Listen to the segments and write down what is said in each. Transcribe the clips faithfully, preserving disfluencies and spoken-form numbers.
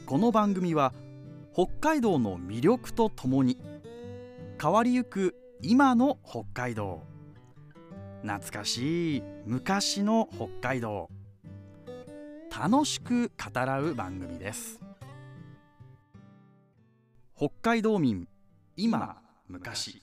この番組は北海道の魅力とともに変わりゆく今の北海道、懐かしい昔の北海道、楽しく語らう番組です。北海道民今昔。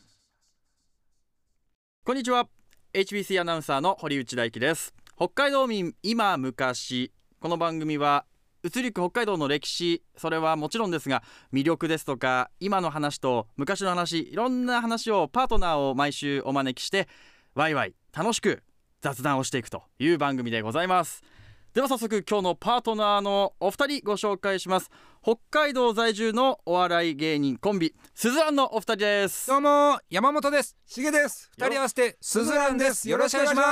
こんにちは、 エイチビーシー アナウンサーの堀内大輝です。北海道民今昔、この番組は移りゆく北海道の歴史、それはもちろんですが、魅力ですとか今の話と昔の話、いろんな話をパートナーを毎週お招きしてワイワイ楽しく雑談をしていくという番組でございます。では早速今日のパートナーのお二人ご紹介します。北海道在住のお笑い芸人コンビすずらんのお二人です。 どうも山本です。 しげです。 二人合わせてすずらんです。よろしくお願いします。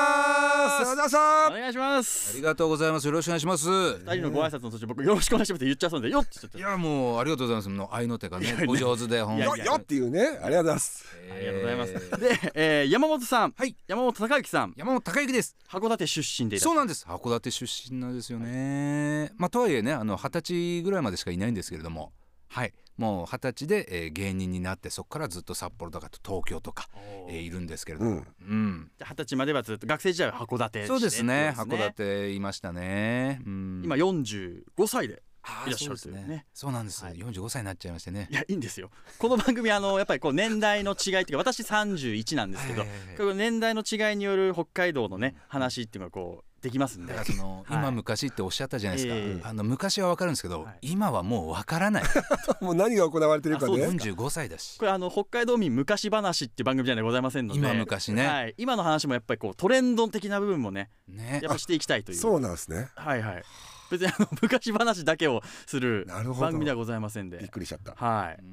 お願いします。 ありがとうございます。よろしくお願いします。 二人のご挨拶の途中、僕よろしくお願いしますって言っちゃうので、よっって言っちゃった。 いやもうありがとうございます。の愛の手がねお上手で本当によっっていうね、ありがとうございます。 ありがとうございます。で、えー、山本さん、 はい、 山本孝之さん、 山本孝之です。 函館出身でいらっしゃる。 そうなんです。函館出身なんですよね。まあとはいえね、あの二十歳ぐらいまでしかいないんですけれども、はい、もう二十歳で、えー、芸人になって、そこからずっと札幌とか東京とか、えー、いるんですけれども、うんうん、 じゃあ二十歳まではずっと学生時代は函館、 そうですね、函館いましたね、うん、 今よんじゅうごさいでいらっしゃるというね。そうですね、 そうなんです、はい、よんじゅうごさいになっちゃいましてね。 いや、いいんですよ。この番組あのやっぱりこう年代の違いというか、私さんじゅういちなんですけど、この年代の違いによる北海道のね話っていうのがこうできますんで、 だからその、はい、今昔っておっしゃったじゃないですか、えー、あの昔は分かるんですけど、はい、今はもう分からないもう何が行われてるかね。 よんじゅうごさいだし、 これあの北海道民昔話っていう番組じゃございませんので、 今昔ね、 はい、今の話もやっぱりこうトレンド的な部分もね、ねやっぱしていきたいという。 そうなんですね。 はいはい、別にあの昔話だけをする番組ではございませんで、 びっくりしちゃった。 はい、うん、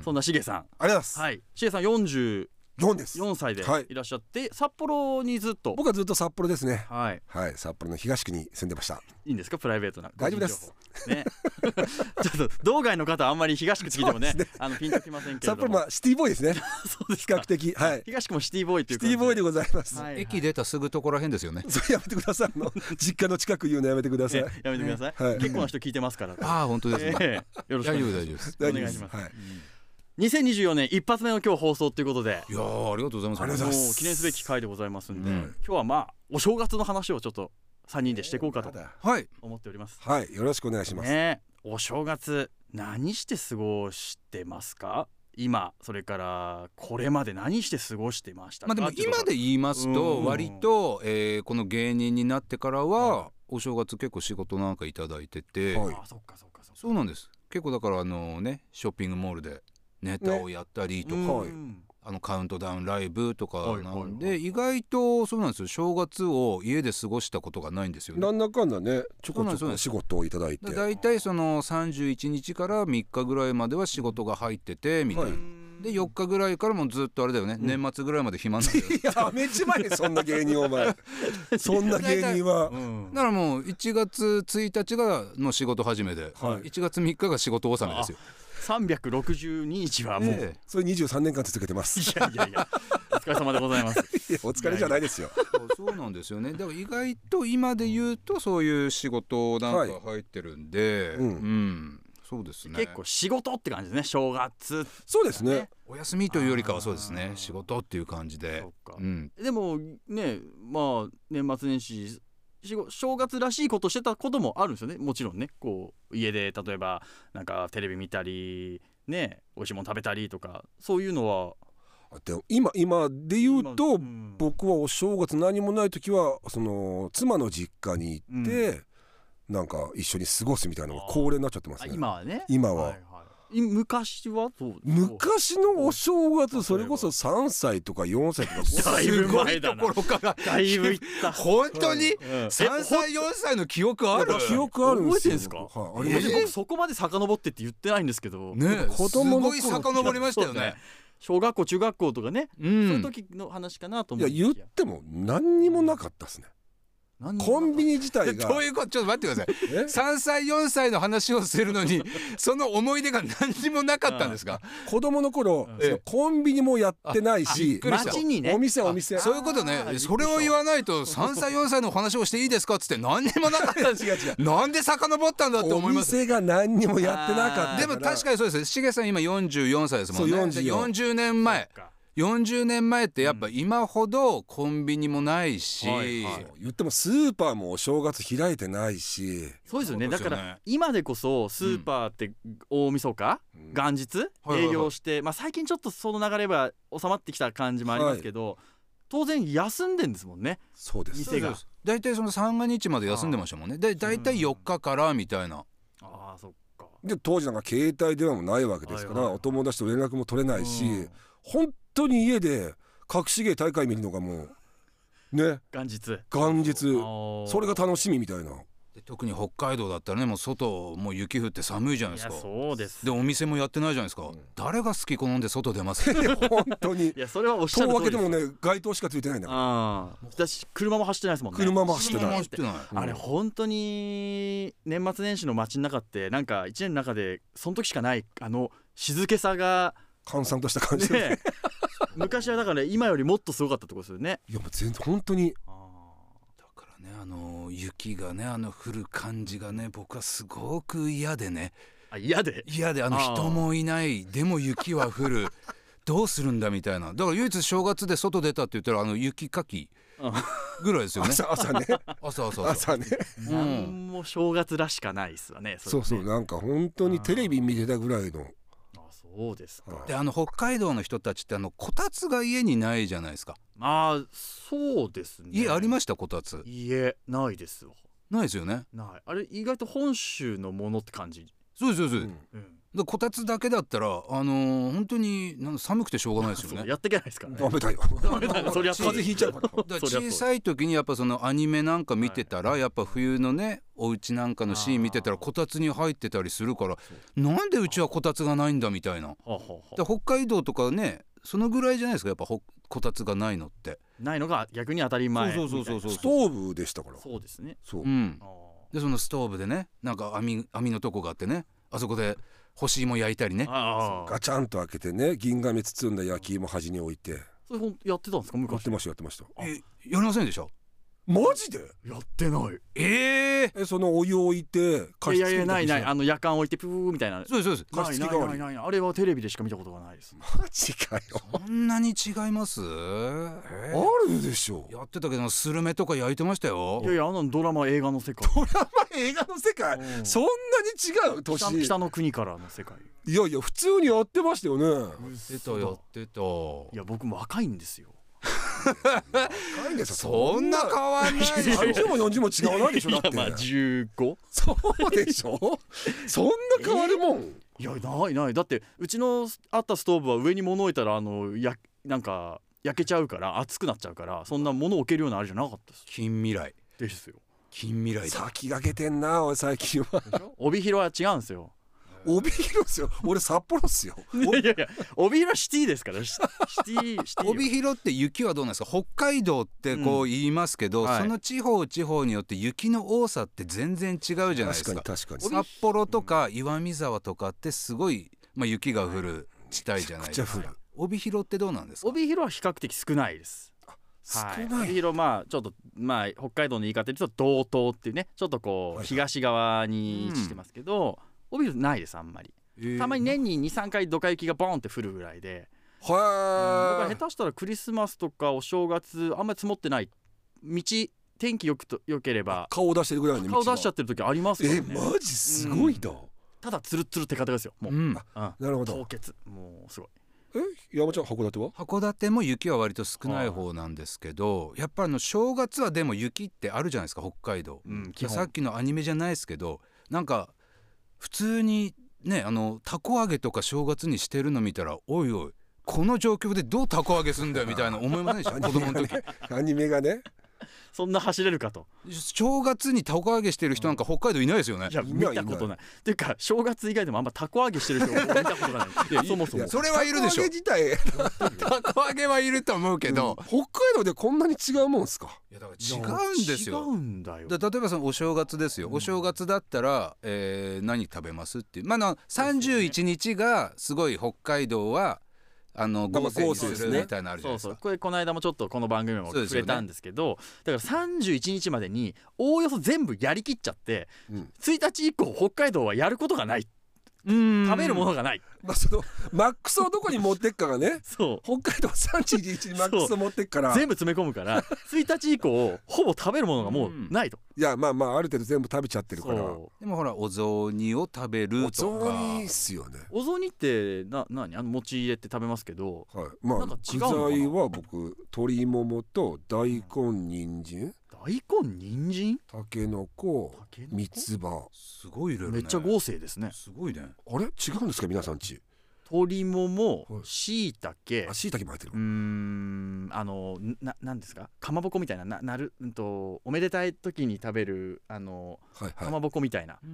そんなしげさん、ありがとうございます。 はい、しげさんよんじゅうよんです。 よんさいでいらっしゃって、はい、札幌にずっと。 僕はずっと札幌ですね。 はい、 はい、札幌の東区に住んでました。 いいんですか、プライベートな。 大丈夫です。 ね、ちょっと道外の方はあんまり東区聞いても ね, ねあのピンときませんけれども、 札幌まあシティボーイですね。 そうです比較的、はい、 東区もシティボーイというシティボーイでございます。 はいはい、 駅出たすぐところらへんですよね。 それやめてください。の実家の近く言うのやめてください。 やめてください、はい、結構な人聞いてますから。 ああ本当ですね、 えー、よろしくお願いします。 大丈夫です。 お願いします。 はい、 にせんにじゅうよねん一発目の今日放送ということで、 いやありがとうございます。 ありがとうございます。 記念すべき回でございますんで、うん、今日はまあお正月の話をちょっとさんにんでしていこうかと思っております。 はい、よろしくお願いします。 ね、お正月何して過ごしてますか？今それからこれまで何して過ごしてましたか？ まあ、でも今で言いますと割と、えー、この芸人になってからはお正月結構仕事なんかいただいてて、 はい、あ、そっかそっかそっか、 そうなんです。結構だからあのねショッピングモールでネタをやったりとか、ね、あのカウントダウンライブとかなんで、はいはいはい、意外とそうなんですよ。正月を家で過ごしたことがないんですよね。 なんだかんだね、ちょこちょこ仕事をいただいて、 だいたいそのさんじゅういちにちからみっかぐらいまでは仕事が入っててみたいな、はい、でよっかぐらいからもずっとあれだよね、うん、年末ぐらいまで暇なんだよ。 やめちまえそんな芸人お前そんな芸人は、うん、 だからもういちがつついたちがの仕事始めで、はい、いちがつみっかが仕事納めですよ。 さんびゃくろくじゅうににちはもう、えー、 それにじゅうさんねんかん続けてます。 いやいやいやお疲れ様でございます。 いやお疲れじゃないですよ。 そうなんですよね。だから意外と今で言うとそういう仕事なんか入ってるんで、はい、うん、うん、そうですね。 結構仕事って感じですね、正月。 そうですね、 お休みというよりかはそうですね、仕事っていう感じで。 そうか、うん、でもね、まあ年末年始正月らしいことしてたこともあるんですよね。もちろんね、こう家で例えばなんかテレビ見たりね、美味しいもの食べたりとか、そういうのは。 でも今今で言うと、うん、僕はお正月何もない時はその妻の実家に行って、うん、なんか一緒に過ごすみたいなのが恒例になっちゃってますね。 今はね。 今は、はいはい、 昔はそう昔のお正月、それこそさんさいとかよんさいとかだいぶ前だな。 すごいところからだいぶいった本当に、うん、さんさいよんさいの記憶ある？ 記憶あるんですよ。 覚えてんすか？はい、あります。僕そこまで遡ってって言ってないんですけど、 ね、子供の頃すごい遡りましたよね。 小学校中学校とかね、うん、そういう時の話かなと思う。 いや言っても何にもなかったですね。 何にもコンビニ自体がどういうことちょっと待ってくださいえさんさいよんさいの話をするのにその思い出が何にもなかったんですか？ 子供の頃、 うんそのコンビニもやってないびっしくりした街にねお店お店そういうことねあーそれを言わないとさんさいよんさいの話をしていいですかっつって何にもなかったんです違う違うなんで遡ったんだってお思います店が何にもやってなかったからでも確かにそうですしげさん今よんじゅうよんさいですもんねそうよんじゅうよんよんじゅうねんまえそっかよんじゅうねんまえってやっぱ今ほどコンビニもないし、 はいはい言ってもスーパーもお正月開いてないし、 そうですよね。だそうですよねから今でこそスーパーって大晦日、 うん元日はいはいはい営業して、まあ最近ちょっとその流れは収まってきた感じもありますけど、当然休んでんですもんね。 そうです店がだいたいその三が日まで休んでましたもんねでだいたいよっかからみたいなああそっか。 で当時なんか携帯電話もないわけですから、 はいはいお友達と連絡も取れないし、 うん本当に家で隠し芸大会見るのがもうね元日。 元日そそれが楽しみみたいな。 で特に北海道だったらねもう外もう雪降って寒いじゃないいやですかそうです。 でお店もやってないじゃないですか、 うん誰が好き好んで外出ます本当にいやそれはおっしゃ遠る通りです。 分けでもね街灯しかついてないんだからああ。私車も走ってないですもんね。 車も走ってない車も走ってないうんあれ本当に年末年始の街の中ってなんか一年の中でその時しかないあの静けさが閑散とした感じで、 ね昔はだから今よりもっとすごかったってことですよね。 いやもう全然本当にあだからねあの雪がねあの降る感じがね僕はすごく嫌でねあ嫌で。 嫌であのあー人もいないでも雪は降るどうするんだみたいなだから唯一正月で外出たって言ったらあの雪かきぐらいですよね朝朝ね朝朝朝朝ねうんなんも正月らしかないですわね。れねそうそうなんか本当にテレビ見てたぐらいのあそうですか。 であの北海道の人たちってあのこたつが家にないじゃないですかああそうですね。 家ありましたこたついえないですわ。 ないですよねないあれ意外と本州のものって感じ。 そうですそうです、 うんうんでこたつだけだったらあのー本当になん寒くてしょうがないですよねそうやっていけないですからね。 ダメだよダメだそりゃそう風邪ひいちゃうからだからそりゃそう小さい時にやっぱそのアニメなんか見てたらやっぱ冬のねお家なんかのシーン見てたらこたつに入ってたりするからなんでうちはこたつがないんだみたいなはあはあはあで北海道とかねそのぐらいじゃないですかやっぱほこたつがないのってないのが逆に当たり前。 そうそうそうそうストーブでしたからそうですね。 そううんあでそのストーブでねなんか網網のとこがあってねあそこで干し芋焼いたりねあああガチャンと開けてね銀紙包んだ焼き芋端に置いてそれほんやってたんですかやっ昔。 てましたやってましたえやりませんでしたマジでやってない。 えええそのお湯を置いて加いやい湿器やないないみたあの夜間置いてプーみたいな。 そうですそうです加ないない湿器代わりないないあれはテレビでしか見たことがないです。 マジかよそんなに違いますえあーるでしょやってたけどスルメとか焼いてましたよいやいやあのドラマ映画の世界。 ドラマ映画の世界うんそんなに違う北年北の国からの世界。 いやいや普通にやってましたよねやってたやってたいや僕も若いんですよ。 若いんですよそんな変わんないさんじゅうもよんじゅうも違わないでしょだっていやまあじゅうご。 そうでしょそんな変わるもん、 いやないないだってうちのあったストーブは上に物置いたらあのやなんか焼けちゃうから熱くなっちゃうからそんな物置けるようなあれじゃなかったです近未来ですよ。 近未来だ先駆けてんなおい最近は帯広は違うんですよ。 帯広っすよ俺札幌っすよいやいやいや帯広はシティですからシシティシティよ帯広って雪はどうなんですか北海道ってこう言いますけど、 うんはいその地方地方によって雪の多さって全然違うじゃないです確かかに確かに札幌とか岩見沢とかってすごい、まあ、雪が降る地帯じゃないですかめちゃくちゃ降る帯広ってどうなんですか帯広は比較的少ないです。 少はい、 ない、 帯広まあちょっとまあ北海道の言い方で言うと道東っていうねちょっとこはいはいう東側に位置してますけど、帯広ないですあんまり。たまに年ににさんかいドカ雪がボーンって降るぐらいで、だからは下手したらクリスマスとかお正月あんまり積もってない道天気よくとよければ顔出してるぐらいの顔出しちゃっってる時ありますからえね。 マジすごいな、 ただツルツルって方ですよもう、 うんうん、 なるほど凍結もうすごい。 え山ちゃん函館は函館も雪は割と少ない方なんですけどやっぱりあの正月はでも雪ってあるじゃないですか北海道、 うん基本さっきのアニメじゃないですけどなんか普通にねあのたこ揚げとか正月にしてるの見たらおいおいこの状況でどうたこ揚げすんだよみたいな思いませんでした子供の時アニメがねそんな走れるかと。 正月にたこ揚げしてる人なんか北海道いないですよね。 いや見たことないっていうか正月以外でもあんまたこ揚げしてる人見たことがないいやそもそもそれはいるでしょ。 たこ揚げ自体たこ揚げはいると思うけど、 うん、北海道でこんなに違うもんすか。 いやだから違うんですよ。 違うんだよ。 だ例えばそのお正月ですよ、うん、お正月だったら、えー、何食べますっていう、まあ、のさんじゅういちにちがすごい北海道はあの豪勢にするみたいなのあるじゃないですか。 そうそう、これこの間もちょっとこの番組も触れたんですけど、だからさんじゅういちにちまでにおおよそ全部やりきっちゃって、うん、ついたち以降北海道はやることがない、うん食べるものがない、 まあ、そのマックスをどこに持ってっかがねそう北海道さんじゅういちにちにマックスを持ってっから全部詰め込むからついたち以降ほぼ食べるものがもうないと、 いやまあまあある程度全部食べちゃってるから。 でもほらお雑煮を食べるとか。 お雑煮っすよね。 お雑煮ってな何あの餅入れて食べますけど、 はい、まあなんか違うのかな。 具材は僕鶏ももと大根人参、 大根人参たけのこ三つ葉、 すごい入れるね。 めっちゃ豪勢ですね。 すごいね。 あれ違うんですか皆さんち。 鶏もも、しいたけ、 あ、しいたけも入ってる。 うーん、あのななんですか、かまぼこみたいな、ななるうんとおめでたい時に食べるあの、はいはい、かまぼこみたいな、うん、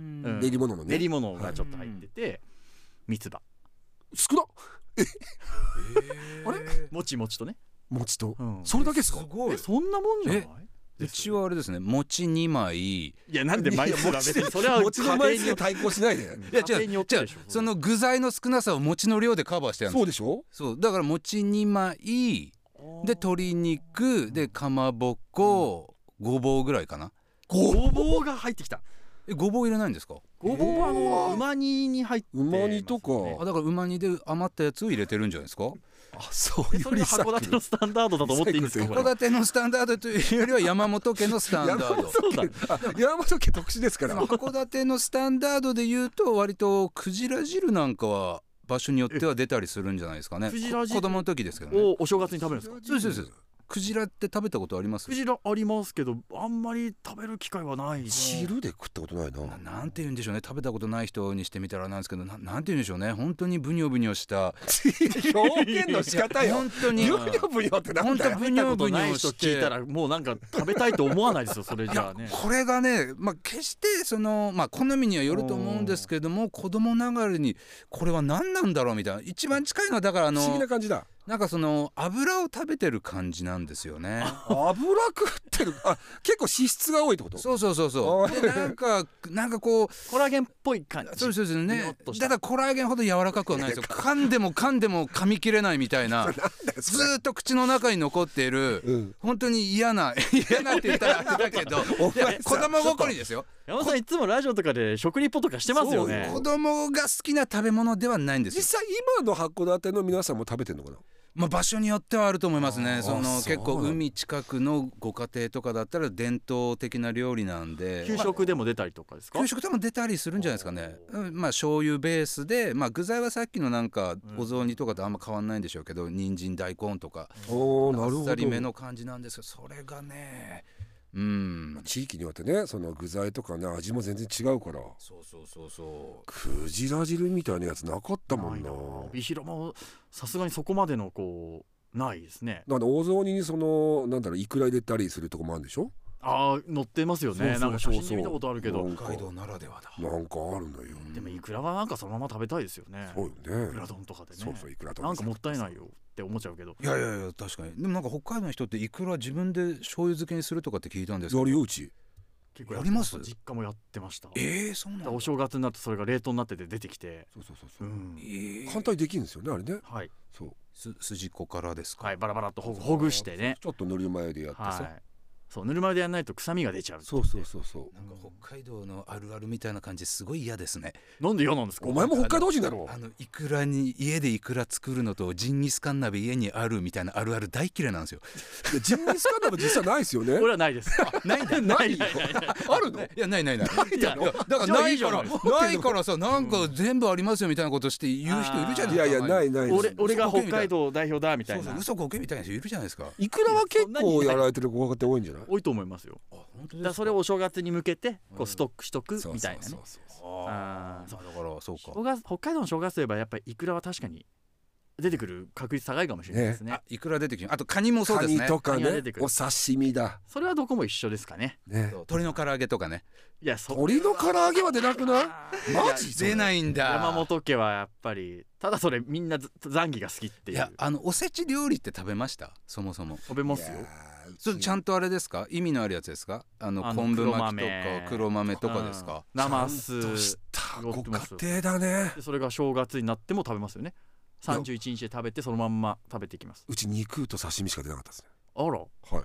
練り物のね、 練り物がちょっと入ってて、三つ葉少なえあれもちもちとね、 もちと、 うん、 それだけですか。 すごい。えそんなもんじゃない。 うちはあれですね、餅にまい。 いやなんで毎日が別にそれは餅の枚数で対抗しないで。 いや違う違う、その具材の少なさを餅の量でカバーしてやるんです。 そうでしょ。 そうだから餅にまいで鶏肉でかまぼこ、うん、ごぼうぐらいかな。 ごぼうが入ってきた。 えごぼう入れないんですか。 ごぼうはあのうま煮に入ってます、ね、 うま煮とか。 あだからうま煮で余ったやつを入れてるんじゃないですか。 あそういうそれが函館のスタンダードだと思っていいんですか。 函館のスタンダードというよりは山本家のスタンダード。 そうだ山本家特殊ですから。 函館のスタンダードで言うと割とクジラ汁なんかは場所によっては出たりするんじゃないですかね。 クジラ汁子供の時ですけどね。 おお正月に食べるんですか。 そうですそうです。クジラって食べたことあります。 クジラありますけどあんまり食べる機会はない。 汁で食ったことないな。 な, なんて言うんでしょうね、食べたことない人にしてみたらなんですけど な, なんて言うんでしょうね、本当にブニョブニョした表現の仕方よ。 本当にブニョブニョってなんだよ。 本当ブニョブニョして聞いたらもうなんか食べたいと思わないですよそれじゃあね。 これがね、まあ、決してその、まあ、好みにはよると思うんですけども子供ながらにこれは何なんだろうみたいな、一番近いのはだからあの不思議な感じだ。 なんかその油を食べてる感じなんですよね。 油食ってる。あ結構脂質が多いってこと。 そうそうそうそうでなんかなんかこうコラーゲンっぽい感じ。 そうですね。ただコラーゲンほど柔らかくはないですよ。噛んでも噛んでも噛み切れないみたいなずーっと口の中に残っている、うん、本当に嫌な嫌なって言ったらあれだけど子供心ですよ。 山本さんいつもラジオとかで食リポとかしてますよね。 子供が好きな食べ物ではないんですよ。 実際今の函館の皆さんも食べてるのかな。 まあ、場所によってはあると思いますね。その結構海近くのご家庭とかだったら伝統的な料理なんで給食でも出たりとかですか。 給食でも出たりするんじゃないですかね。まあ醤油ベースで、まあ、具材はさっきのなんかお雑煮とかとあんま変わんないんでしょうけど人参大根とかあっさりめの感じなんですけどそれがねうん、 地域によってねその具材とかね味も全然違うから。 そうそうそうそうクジラ汁みたいなやつなかったもんな。 帯広もさすがにそこまでのこうないですね。 なんでお雑煮にそのなんだろうイクラ入れたりするとこもあるんでしょ。 ああ載ってますよね。なんか写真で見たことあるけど北海道ならではだ。 なんかあるのよ。 でもイクラはなんかそのまま食べたいですよね。 そうよね。 イクラ丼とかでね。 そうそうイクラ丼なんかもったいないよって思っちゃうけど。 いやいやいや確かに。でもなんか北海道の人ってイクラ自分で醤油漬けにするとかって聞いたんですけど。 やるようち。 結構やります。実家もやってました。 ええー、そうなんだ。 お正月になってそれが冷凍になってて出てきて。 そうそうそうそう。うん、 えー、 簡単にできるんですよねあれね。 はい。 そう。 す筋子からですか。 はいバラバラとほほぐしてね。 ちょっとぬるま湯でやってさ。はいそうぬるま湯でやらないと臭みが出ちゃう。 そうそうそうそう。 なんか北海道のあるあるみたいな感じすごい嫌ですね。 なんで嫌なんですか。 お前も北海道人だろ。 あのイクラに家でイクラ作るのとジンギスカン鍋家にあるみたいなあるある大嫌いなんですよ。 ジンギスカン鍋実際ないですよね。 俺はないです。 ないんだ。 ないよ。あるの？ いやないないない。 いやだからないからないからさなんか全部ありますよみたいなことして言う人いるじゃないですか。 いやいやないない。 俺俺が北海道代表だみたいな。 嘘こけみたいな人いるじゃないですか。 イクラは結構やられてるご家庭多いんじゃない？ 多いと思いますよ。 あ本当ですか。 だからそれをお正月に向けてこうストックしとくみたいなね。 ああだからそうか。 北海道の正月といえばやっぱりイクラは確かに出てくる確率高いかもしれないですね。 あイクラ出てきます。あとカニもそうですね。 カニとかカニはね出てくるお刺身だそれはどこも一緒ですかね。 ね。 そう鶏の唐揚げとかね。 いやそ鶏の唐揚げは出なくない？マジ出ないんだ。 山本家はやっぱりただそれみんなずザンギが好きっていう。 いやあのおせち料理って食べました？そもそも食べますよ。 それちゃんとあれですか？意味のあるやつですか？あのあの昆布巻きとか黒豆黒豆とかですか？ 生ちゃん酢としたご乗ってます家庭だね。 でそれが正月になっても食べますよね。さんじゅういちにちで食べてそのまんま食べていきます。 うち肉と刺身しか出なかったですね。 あらはい。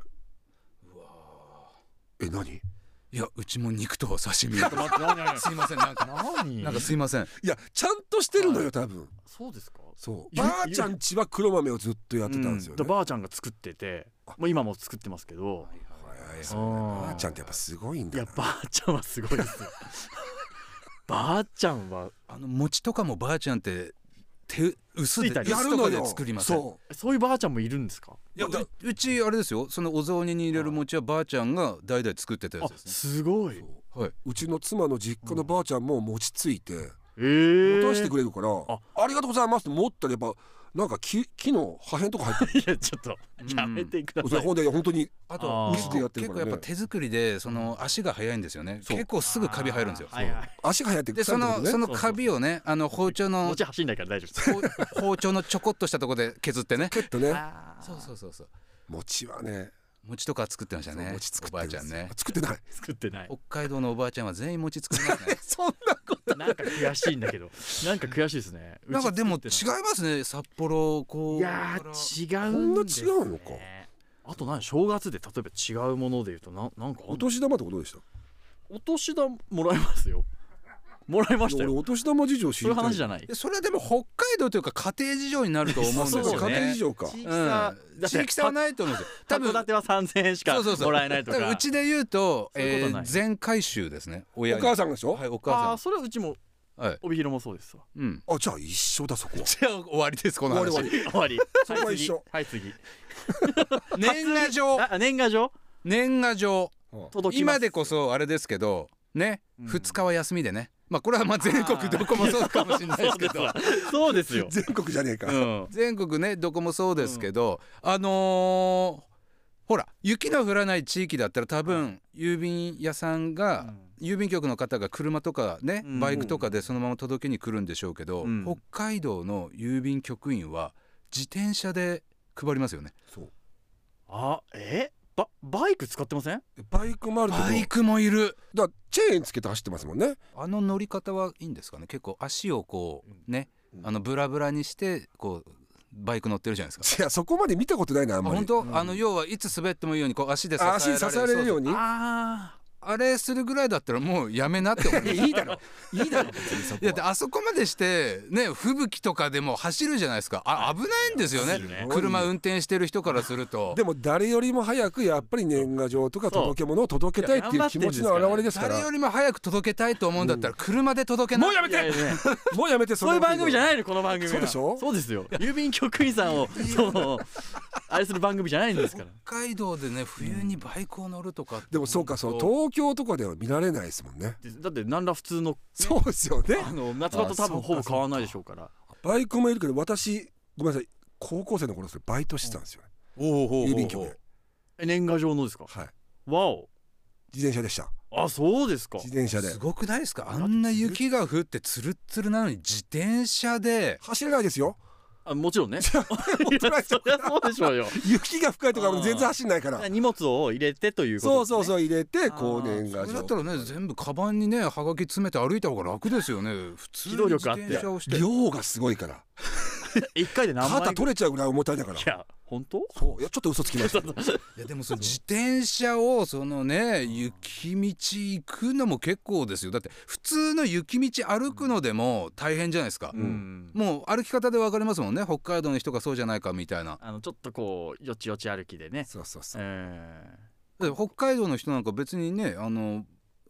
え何？ いやうちも肉と刺身。 待って何何すいませんなんか何なんかすいません。 いやちゃんとしてるのよ多分。 そうですか。 そうゆばあちゃんちは黒豆をずっとやってたんですよね。 うん、ばあちゃんが作っててもう今も作ってますけど、 はいそうねばあちゃんってやっぱすごいんだな。 いやばあちゃんはすごいですよばあちゃんはあの餅とかもばあちゃんって手薄でついたり薄とかでやるのよ。 作りません？ そそういうばあちゃんもいるんですか？ いや う, うちあれですよ。そのお雑煮に入れる餅はばあちゃんが代々作ってたやあつですね。 すごい。 はい。 うちの妻の実家のばあちゃんも餅ついてえー、 持たせてくれるから、 あありがとうございますって持ったらやっぱなんか木木の破片とか入っていやちょっとやめてくだる。 さい、 ほんで本当にああーと結構水でやってるからね結構やっぱ手作りでその足が早いんですよね。 そう結構すぐカビ入るんですよ。 はいはい足が流行ってでそのそののカビをねあの包丁の持ち走んないから大丈夫です包包丁のちょこっとしたところで削ってね。 ケットねあーそうそうそうそう。 餅はね餅とか作ってましたそうね。 餅作っておばあちゃんね。 作ってない作ってない北海道のおばあちゃんは全員餅作りますね。 そんなことなんか悔しいんだけどなんか悔しいですね。うちなんかでも違い作ってますね。札幌こうないいやー違うんです、ね、 こんな違うのか。 あと何正月で例えば違うもので言うとななんかあんのお年玉ってことでした？ お年玉もらいますよもらいましたよ。 俺お年玉事情知そういうりたい。 話じゃないでそれはでも北海道というか家庭事情になると思うんですよそうか家庭ね事。情か。 地域うん差、だって地域差はないと思うんですよ。多分函館はさんぜんえんしかそうそうそうもらえないとか。 多分うちで言うと、 そういうことないえー全回収ですね。親おに母さんがでしょ？ はいおあ母あそれはうちもさんはい帯広もそうですわ。 うん。 あじゃあ一緒だそこは。 じゃあ終わりですこの話。 終わり終わり。 そこは一緒はい次。 年賀状あ年賀状年賀状届きます。 今でこそあれですけどね、 うんふつかは休みでね。まあこれはまあ全国どこもそうかもしれないですけど。 そうですよ。 全国じゃねえか。 うん。 全国ねどこもそうですけど、あのーほら雪の降らない地域だったら多分郵便屋さんが、郵便局の方が車とかね、 うんバイクとかでそのまま届けに来るんでしょうけど、 うん北海道の郵便局員は自転車で配りますよね。 そうあえババイク使ってません？ バイクもあるけどバイクもいる。 だからチェーンつけて走ってますもんね。 あの乗り方はいいんですかね。結構足をこうね、あのブラブラにしてこうバイク乗ってるじゃないですか。 いやそこまで見たことないなあんまり。 本当、 うんあの要はいつ滑ってもいいようにこう足で支えられる。 あ足に支えられるように。 ああれするぐらいだったらもうやめなって思う。 いいだろいいだろ別にそこいやだっては。 あそこまでしてね吹雪とかでも走るじゃないですか。あ危ないんですよね走るね車運転してる人からすると。 でも誰よりも早くやっぱり年賀状とか届け物を届けたいっていう気持ちの表れですから。 誰よりも早く届けたいと思うんだったら車で届けない。 もうやめていやいやねもうやめてそういう番組じゃない。 ないのこの番組は。 そうでしょそうですよ。郵便局員さんをそのあれする番組じゃないんですから。 北海道でね冬にバイクを乗るとかってでもそうかそう東京とかでは見られないですもんね。 だって何ら普通のそうですよね。 あの夏場と多分ほぼ変わらないでしょうから。 バイクもいるけど私ごめんなさい高校生の頃ですねバイトしてたんですよね。 おうほうほうほう郵便局で。 え年賀状のですか？ はい。 わお。 自転車でした。 あそうですか。 自転車ですごくないですか。あんな雪が降ってツルッツルなのに自転車で。 走れないですよ。 あもちろんね。 本当ないですよそりゃそうでしょうよ。 雪が深いとかも全然走んないから。 荷物を入れてということそうですね。 そうそう入れてあーこう年賀状それだったらね全部カバンにねはがき詰めて歩いた方が楽ですよね。普通に機動自力あって転車をして。 量がすごいから一回で何枚。 肩取れちゃうぐらい重たいだから。 いや本当？ そういやちょっと嘘つきましたけどいやでもその自転車をそのね雪道行くのも結構ですよ。だって普通の雪道歩くのでも大変じゃないですか、 うん。 もう歩き方で分かりますもんね。北海道の人がそうじゃないかみたいな。 あのちょっとこうよちよち歩きでね。 そうそうそう。 えで北海道の人なんか別にねあの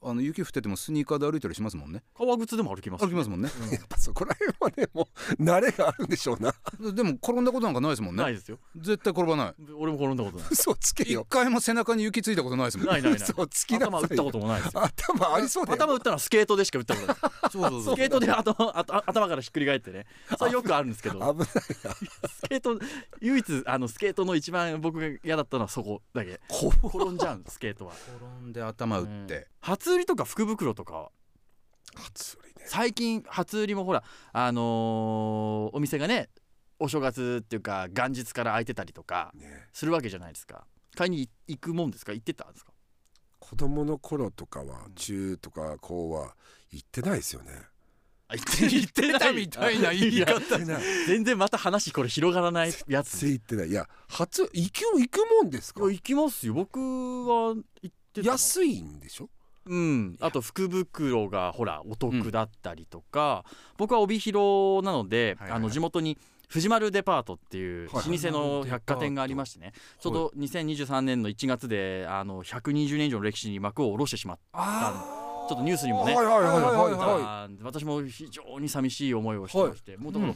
あの雪降っててもスニーカーで歩いたりしますもんね。 革靴でも歩きます、 歩きますもんね、 やっぱそこら辺はねもう慣れがあるんでしょうな。 でも転んだことなんかないですもんね。 ないですよ。 絶対転ばない。 俺も転んだことない。 嘘つけ一よ。 回も背中に雪ついたことないですもん。 ないないない。 嘘つきなさい。 頭打ったこともないですよ。 頭ありそうだよ。 頭打ったのはスケートでしか打ったことない。 そうそうそう。 スケートで頭頭頭からひっくり返ってね、それよくあるんですけど、 危ないな。 スケート唯一あのスケートの一番僕が嫌だったのはそこだけ。 こ転んじゃうんスケートは。 転んで頭打って、 うん、初売りとか福袋とか初売りね。 最近初売りもほらあのー、お店がねお正月っていうか元日から開いてたりとかするわけじゃないですか。買いに行くもんですか？行ってたんですか？ 子供の頃とかは中とか高は行ってないですよね。 あ、行って行ってないみたいな言い方。 全然また話これ広がらないやつ。 全然行ってない。いや初行く行くもんですか？ いや行きますよ。僕は行ってた。 安いんでしょ？ うん、あと福袋がほらお得だったりとか、うん、僕は帯広なので、はいはい、あの地元に藤丸デパートっていう老舗の百貨店がありましてね、はい、ちょうどにせんにじゅうさんねんのいちがつであのひゃくにじゅうねん以上の歴史に幕を下ろしてしまったちょっとニュースにもね、私も非常に寂しい思いをしてまして、はい、もうだから、うん、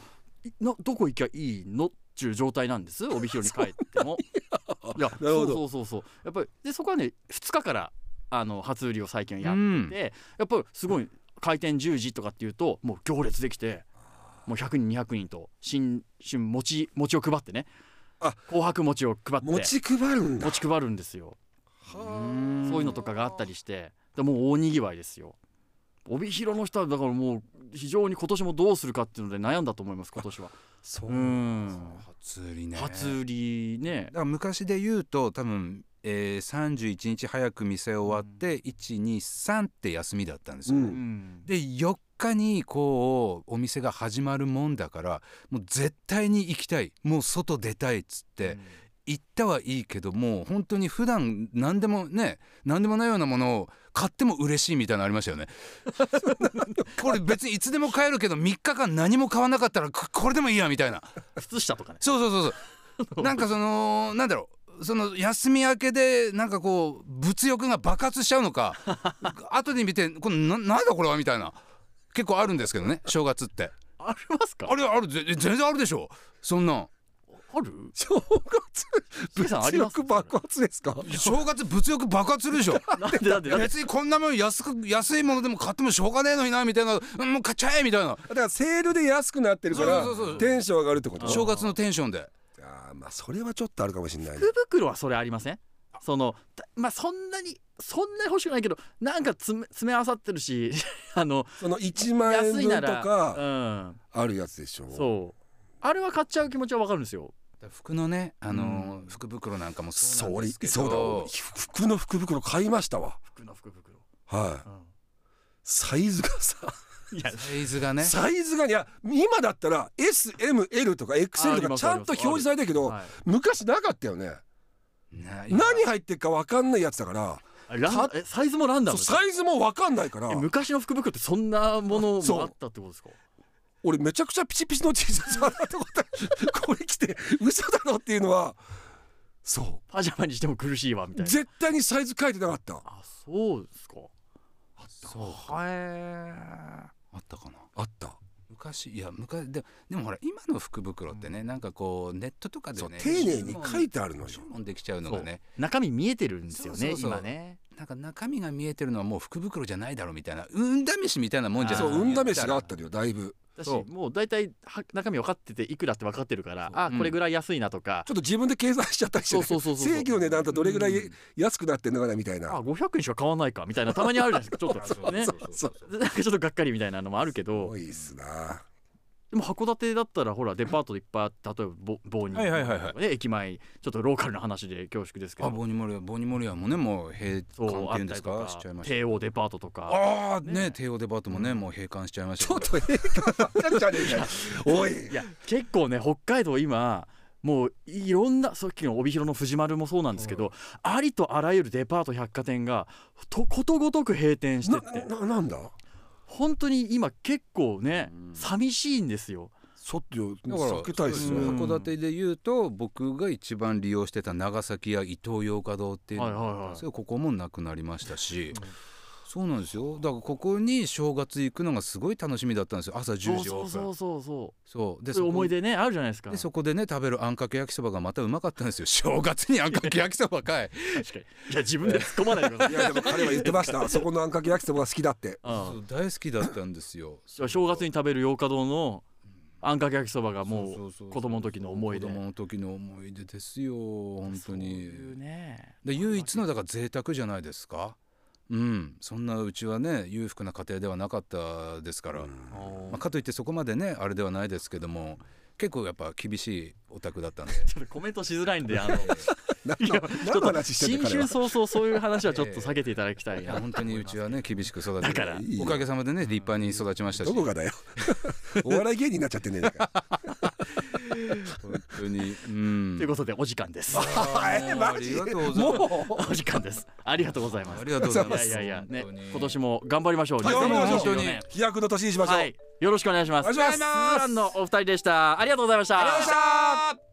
などこ行きゃいいのっていう状態なんです帯広に帰ってもいやそうそうそうそうやっぱりでそこはねふつかからあの初売りを最近やってて、うん、やっぱりすごい開店じゅうじとかっていうともう行列できてもうひゃくにんにひゃくにんと新春餅餅を配ってね、あ紅白餅を配って餅配るんだ餅配るんですよ。そういうのとかがあったりしてでもう大にぎわいですよ。帯広の人はだからもう非常に今年もどうするかっていうので悩んだと思います今年は。 そううん初売りね初売りね。 だから昔で言うと多分えー、さんじゅういちにち早く店終わって、うん、いちにさんって休みだったんですよ、うん、でよっかにこうお店が始まるもんだからもう絶対に行きたいもう外出たいっつって、うん、行ったはいいけどもう本当に普段何でもね何でもないようなものを買っても嬉しいみたいなのありましたよねこれ別にいつでも買えるけどみっかかん何も買わなかったらこれでもいいやみたいな靴下とかねそうそうそうそうなんかそのなんだろうその休み明けでなんかこう物欲が爆発しちゃうのか後で見てこの な, なんだこれはみたいな結構あるんですけどね正月ってありますか？ あれある全然あるでしょそんなんある正月物欲爆発ですか？ 正月物欲爆発するでしょなんでなんで別にこんなもん 安, く安いものでも買ってもしょうがねえのになみたいな、うん、もう買っちゃえみたいなだからセールで安くなってるからそうそうそうテンション上がるってこと正月のテンションであまあそれはちょっとあるかもしれない、ね、 福袋はそれありません？そのまあそんなにそんなに欲しくないけどなんか詰め詰め合わさってるしあのそのいちまんえんぶんとか、うん、あるやつでしょ。 そうあれは買っちゃう気持ちはわかるんですよ。 服のねあのーうん、福袋なんかもそうなんですけどそうだ服の福袋買いましたわ。 服の福袋はい、うん、サイズがさいやサイズがねサイズがいや今だったら エスエムエル とか エックスエル とかちゃんと表示されたけど、はい、昔なかったよね。何入ってるか分かんないやつだからえサイズもランダムサイズも分かんないから昔の福袋ってそんなものもあったってことですか？ 俺めちゃくちゃピチピチの T シャツ洗って思ったこれ着て嘘だろっていうのはそうパジャマにしても苦しいわみたいな絶対にサイズ書いてなかった。 あそうですか。 あったそうへあったかなあった昔いや昔 で, でもほら今の福袋ってね、うん、なんかこうネットとかでね丁寧に書いてあるのよ。 注文できちゃうのがね中身見えてるんですよね。そうそうそう今ねなんか中身が見えてるのはもう福袋じゃないだろうみたいな運試しみたいなもんじゃない。 そう運試しがあったのよだいぶ。 だしもう大体中身分かってていくらって分かってるからあこれぐらい安いなとか、 うん、ちょっと自分で計算しちゃったりして、ね、そうそうそうそう正規の値段とどれぐらい安くなってんのかなみたいな、 うん、あごひゃくえんしか買わないかみたいなたまにあるじゃないですかちょっとねなんかちょっとがっかりみたいなのもあるけど多いっすな。 でも函館だったらほらデパートいっぱい例えば棒に、はいはいはいはい、駅前ちょっとローカルな話で恐縮ですけどあ棒に盛りは棒に盛りはもうねもう閉館っていうんですかしちゃいました。 帝王デパートとかああねね帝王デパートもね、うん、もう閉館しちゃいました。 ちょっと閉館ばっかりじゃねえかおいいや結構ね北海道今もういろんなさっきの帯広の藤丸もそうなんですけどありとあらゆるデパート百貨店がとことごとく閉店してってな、な、なんだ本当に今結構ね、うん、寂しいんですよ。 ちょっと避けたいですね。 函館で言うと僕が一番利用してた長崎や伊東洋華堂っていうのが、はいはいはい、ここもなくなりましたし、 そうなんですよ。だからここに正月行くのがすごい楽しみだったんですよ。朝じゅうじオープン。 そうそうそうそうそうでそういう思い出ねあるじゃないですか。 でそこでね食べるあんかけ焼きそばがまたうまかったんですよ。正月にあんかけ焼きそばかい確かにいや自分で突っ込まないでください。 いやでも彼は言ってましたそこのあんかけ焼きそばが好きだって。 そう大好きだったんですよ。 正月に食べる洋華堂のあんかけ焼きそばがもう子供の時の思い出。 子供の時の思い出ですよ本当に。 そういうねで唯一のだから贅沢じゃないですか。うん、そんなうちはね裕福な家庭ではなかったですから、まあ、かといってそこまでねあれではないですけども結構やっぱ厳しいお宅だったんでちょっとコメントしづらいんであの何の何の話してん新の彼は。 春早々そういう話はちょっと避けていただきたいいやな。 本当にうちはね厳しく育ててだからいいよおかげさまでね立派に育ちましたしどこがだよお笑い芸人になっちゃってねえか。 本当にうんということでお時間です。 あーもうありがとうございます。 もお時間です。ありがとうございます。 ありがとうございます。 いやいやいやね本当に今年も頑張りましょう。 はい頑張りましょうにせんにじゅうよねん飛躍の年にしましょう。 はいよろしくお願いします。 お願いしますスーランのお二人でした。ありがとうございました。 ありがとうございました。